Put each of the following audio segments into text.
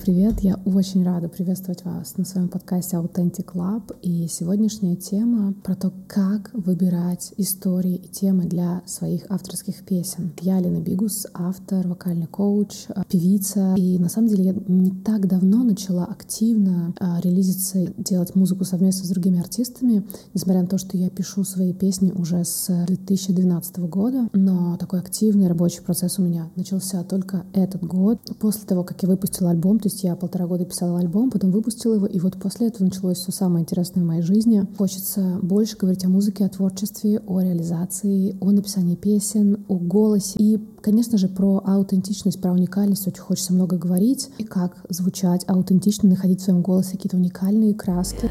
привет! Я очень рада приветствовать вас на своем подкасте Authentic Lab. И сегодняшняя тема про то, как выбирать истории и темы для своих авторских песен. Я Лена Бигус, автор, вокальный коуч, певица. И на самом деле я не так давно начала активно релизиться, делать музыку совместно с другими артистами, несмотря на то, что я пишу свои песни уже с 2012 года. Но такой активный рабочий процесс у меня начался только этот год, после того, как я выпустила альбом. То есть я 1,5 года писала альбом, потом выпустила его, и вот после этого началось все самое интересное в моей жизни. Хочется больше говорить о музыке, о творчестве, о реализации, о написании песен, о голосе. И, конечно же, про аутентичность, про уникальность очень хочется много говорить. И как звучать аутентично, находить в своем голосе какие-то уникальные краски.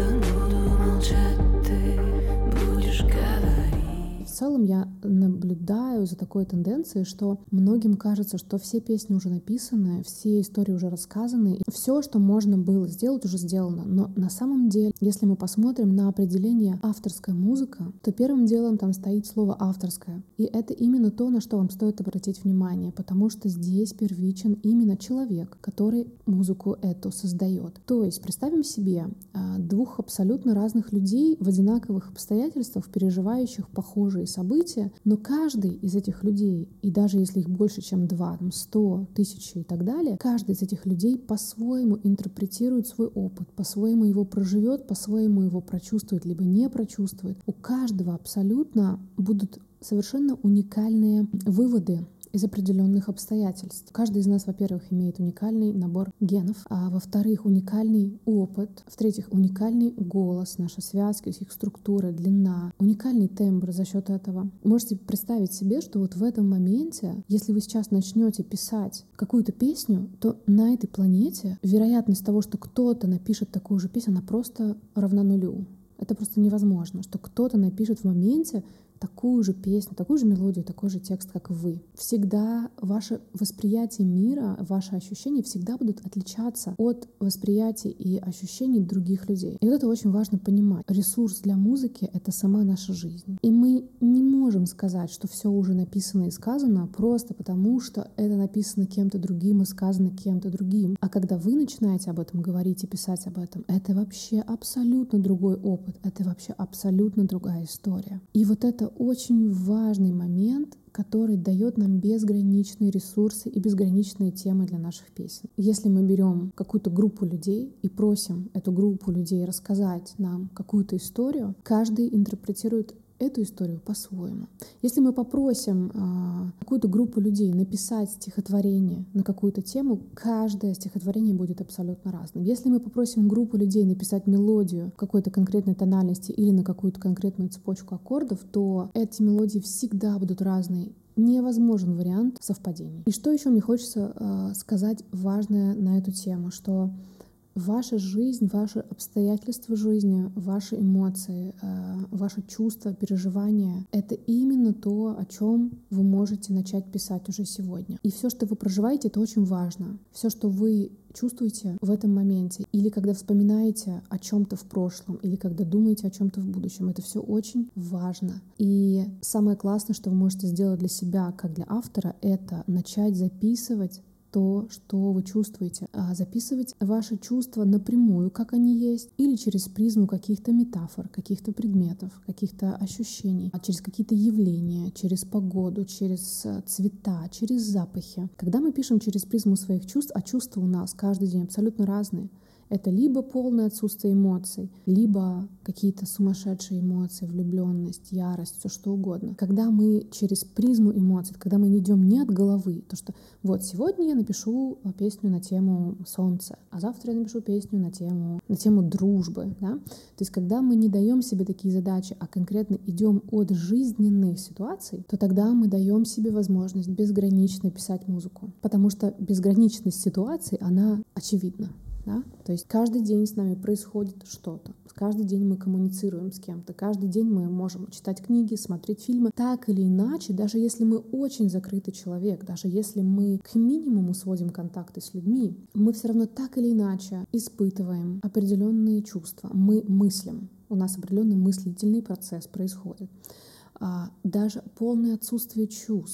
В целом я наблюдаю за такой тенденцией, что многим кажется, что все песни уже написаны, все истории уже рассказаны, все, что можно было сделать, уже сделано. Но на самом деле, если мы посмотрим на определение «авторская музыка», то первым делом там стоит слово «авторская». И это именно то, на что вам стоит обратить внимание, потому что здесь первичен именно человек, который музыку эту создает. То есть представим себе двух абсолютно разных людей в одинаковых обстоятельствах, переживающих похожие события, но каждый из этих людей, и даже если их больше, чем 2, 100, 1000 и так далее, каждый из этих людей по-своему интерпретирует свой опыт, по-своему его проживет, по-своему его прочувствует, либо не прочувствует. У каждого абсолютно будут совершенно уникальные выводы из определенных обстоятельств. Каждый из нас, во-первых, имеет уникальный набор генов, а во-вторых, уникальный опыт, в-третьих, уникальный голос, наши связки, их структура, длина, уникальный тембр за счет этого. Можете представить себе, что вот в этом моменте, если вы сейчас начнете писать какую-то песню, то на этой планете вероятность того, что кто-то напишет такую же песню, она просто равна нулю. Это просто невозможно, что кто-то напишет в моменте такую же песню, такую же мелодию, такой же текст, как и вы. Всегда ваше восприятие мира, ваши ощущения всегда будут отличаться от восприятий и ощущений других людей. И вот это очень важно понимать. Ресурс для музыки — это сама наша жизнь. И мы не можем сказать, что все уже написано и сказано просто потому, что это написано кем-то другим и сказано кем-то другим. А когда вы начинаете об этом говорить и писать об этом, это вообще абсолютно другой опыт, это вообще абсолютно другая история. И вот это очень важный момент, который дает нам безграничные ресурсы и безграничные темы для наших песен. Если мы берем какую-то группу людей и просим эту группу людей рассказать нам какую-то историю, каждый интерпретирует эту историю по-своему. Если мы попросим какую-то группу людей написать стихотворение на какую-то тему, каждое стихотворение будет абсолютно разным. Если мы попросим группу людей написать мелодию в какой-то конкретной тональности или на какую-то конкретную цепочку аккордов, то эти мелодии всегда будут разные. Невозможен вариант совпадений. И что еще мне хочется сказать важное на эту тему, что ваша жизнь, ваши обстоятельства жизни, ваши эмоции, ваши чувства, переживания — это именно то, о чем вы можете начать писать уже сегодня. И все, что вы проживаете, это очень важно. Все, что вы чувствуете в этом моменте, или когда вспоминаете о чем-то в прошлом, или когда думаете о чем-то в будущем, это все очень важно. И самое классное, что вы можете сделать для себя, как для автора, это начать записывать то, что вы чувствуете. Записывать ваши чувства напрямую, как они есть, или через призму каких-то метафор, каких-то предметов, каких-то ощущений, через какие-то явления, через погоду, через цвета, через запахи. Когда мы пишем через призму своих чувств, а чувства у нас каждый день абсолютно разные, это либо полное отсутствие эмоций, либо какие-то сумасшедшие эмоции, влюбленность, ярость, все что угодно. Когда мы через призму эмоций, когда мы не идем не от головы, то что вот сегодня я напишу песню на тему солнца, а завтра я напишу песню на тему дружбы, да? То есть когда мы не даем себе такие задачи, а конкретно идем от жизненных ситуаций, то тогда мы даем себе возможность безгранично писать музыку, потому что безграничность ситуаций, она очевидна. Да? То есть каждый день с нами происходит что-то. Каждый день мы коммуницируем с кем-то. Каждый день мы можем читать книги, смотреть фильмы. Так или иначе, даже если мы очень закрытый человек, даже если мы к минимуму сводим контакты с людьми, мы все равно так или иначе испытываем определенные чувства. Мы мыслим. У нас определенный мыслительный процесс происходит. Даже полное отсутствие чувств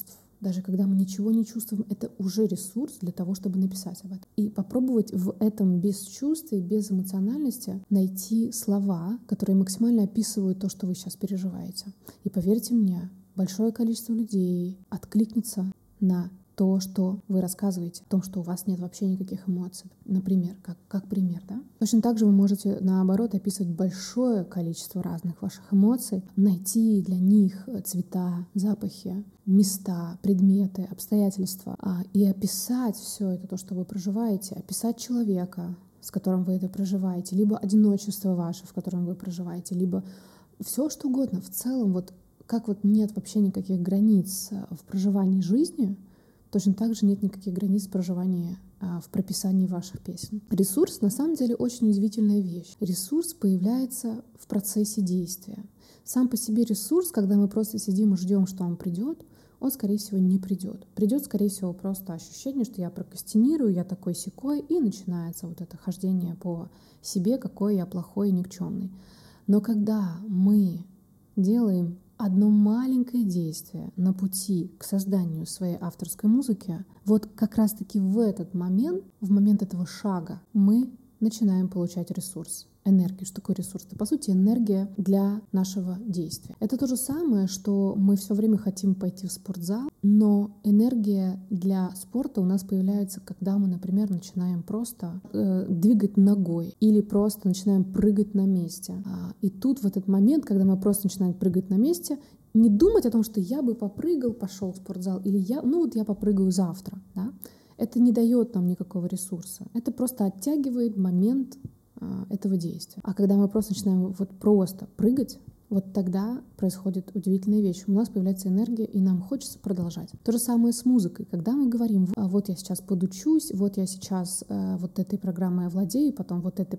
даже когда мы ничего не чувствуем, это уже ресурс для того, чтобы написать об этом. И попробовать в этом бесчувствии, без эмоциональности найти слова, которые максимально описывают то, что вы сейчас переживаете. И поверьте мне, большое количество людей откликнется на то, что вы рассказываете, о том, что у вас нет вообще никаких эмоций. Например, как пример, да? Точно так же вы можете, наоборот, описывать большое количество разных ваших эмоций, найти для них цвета, запахи, места, предметы, обстоятельства, и описать все это, то, что вы проживаете, описать человека, с которым вы это проживаете, либо одиночество ваше, в котором вы проживаете, либо все что угодно. В целом, вот как вот нет вообще никаких границ в проживании жизни, точно так же нет никаких границ проживания в прописании ваших песен. Ресурс на самом деле очень удивительная вещь. Ресурс появляется в процессе действия. Сам по себе ресурс, когда мы просто сидим и ждем, что он придет, он, скорее всего, не придет. Придет, скорее всего, просто ощущение, что я прокрастинирую, я такой-сякой, и начинается вот это хождение по себе, какой я плохой и никчемный. Но когда мы делаем одно маленькое действие на пути к созданию своей авторской музыки, вот как раз-таки в этот момент, в момент этого шага, мы начинаем получать ресурс, энергию. Что такое ресурс? Это, по сути, энергия для нашего действия. Это то же самое, что мы все время хотим пойти в спортзал, но энергия для спорта у нас появляется, когда мы, например, начинаем просто двигать ногой или просто начинаем прыгать на месте. И тут в этот момент, когда мы просто начинаем прыгать на месте, не думать о том, что я бы попрыгал, пошел в спортзал, или я попрыгаю завтра. Да? Это не дает нам никакого ресурса. Это просто оттягивает момент этого действия. А когда мы просто начинаем вот просто прыгать, вот тогда происходит удивительная вещь. У нас появляется энергия, и нам хочется продолжать. То же самое с музыкой. Когда мы говорим, вот я сейчас подучусь, вот я сейчас вот этой программой овладею, потом вот этой,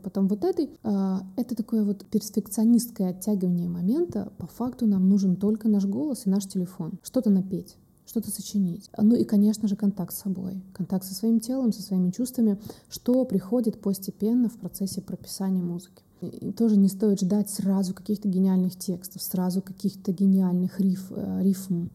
это такое вот перфекционистское оттягивание момента. По факту нам нужен только наш голос и наш телефон. Что-то напеть, что-то сочинить. Ну и, конечно же, контакт с собой, контакт со своим телом, со своими чувствами, что приходит постепенно в процессе прописания музыки. И тоже не стоит ждать сразу каких-то гениальных текстов, сразу каких-то гениальных рифм.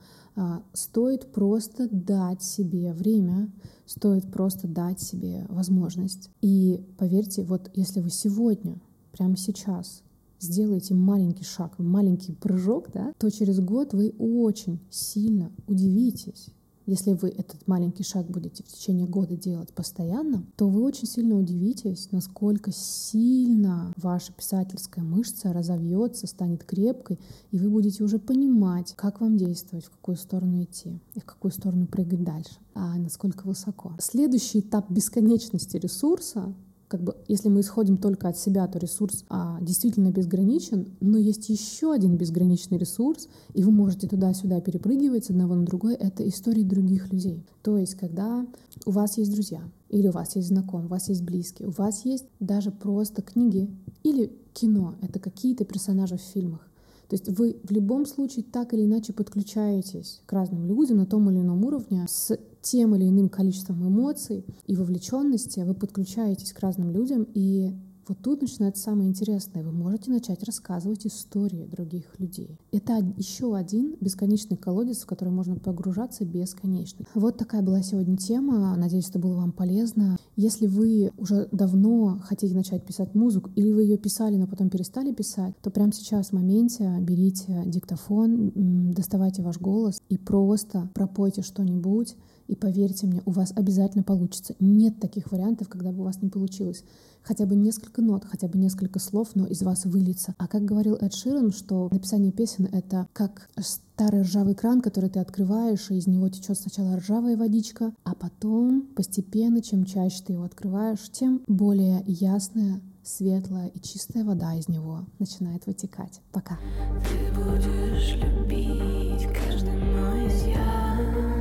Стоит просто дать себе время, стоит просто дать себе возможность. И поверьте, вот если вы сегодня, прямо сейчас, сделаете маленький шаг, маленький прыжок, да, то через год вы очень сильно удивитесь. Если вы этот маленький шаг будете в течение года делать постоянно, то вы очень сильно удивитесь, насколько сильно ваша писательская мышца разовьется, станет крепкой, и вы будете уже понимать, как вам действовать, в какую сторону идти и в какую сторону прыгать дальше, а насколько высоко. Следующий этап бесконечности ресурса, если мы исходим только от себя, то ресурс действительно безграничен, но есть еще один безграничный ресурс, и вы можете туда-сюда перепрыгивать с одного на другое, это истории других людей. То есть, когда у вас есть друзья, или у вас есть знакомые, у вас есть близкие, у вас есть даже просто книги или кино, это какие-то персонажи в фильмах. То есть вы в любом случае так или иначе подключаетесь к разным людям на том или ином уровне с тем или иным количеством эмоций и вовлеченности. Вы подключаетесь к разным людям, и вот тут начинается самое интересное. Вы можете начать рассказывать истории других людей. Это еще один бесконечный колодец, в который можно погружаться бесконечно. Вот такая была сегодня тема. Надеюсь, это было вам полезно. Если вы уже давно хотите начать писать музыку, или вы ее писали, но потом перестали писать, то прямо сейчас в моменте берите диктофон, доставайте ваш голос и просто пропойте что-нибудь. И поверьте мне, у вас обязательно получится. Нет таких вариантов, когда бы у вас не получилось. Хотя бы несколько нот, хотя бы несколько слов, но из вас выльется. А как говорил Эд Ширан, что написание песен — это как старый ржавый кран, который ты открываешь, и из него течет сначала ржавая водичка, а потом постепенно, чем чаще ты его открываешь, тем более ясная, светлая и чистая вода из него начинает вытекать. Пока. Ты будешь любить каждый мой изъян.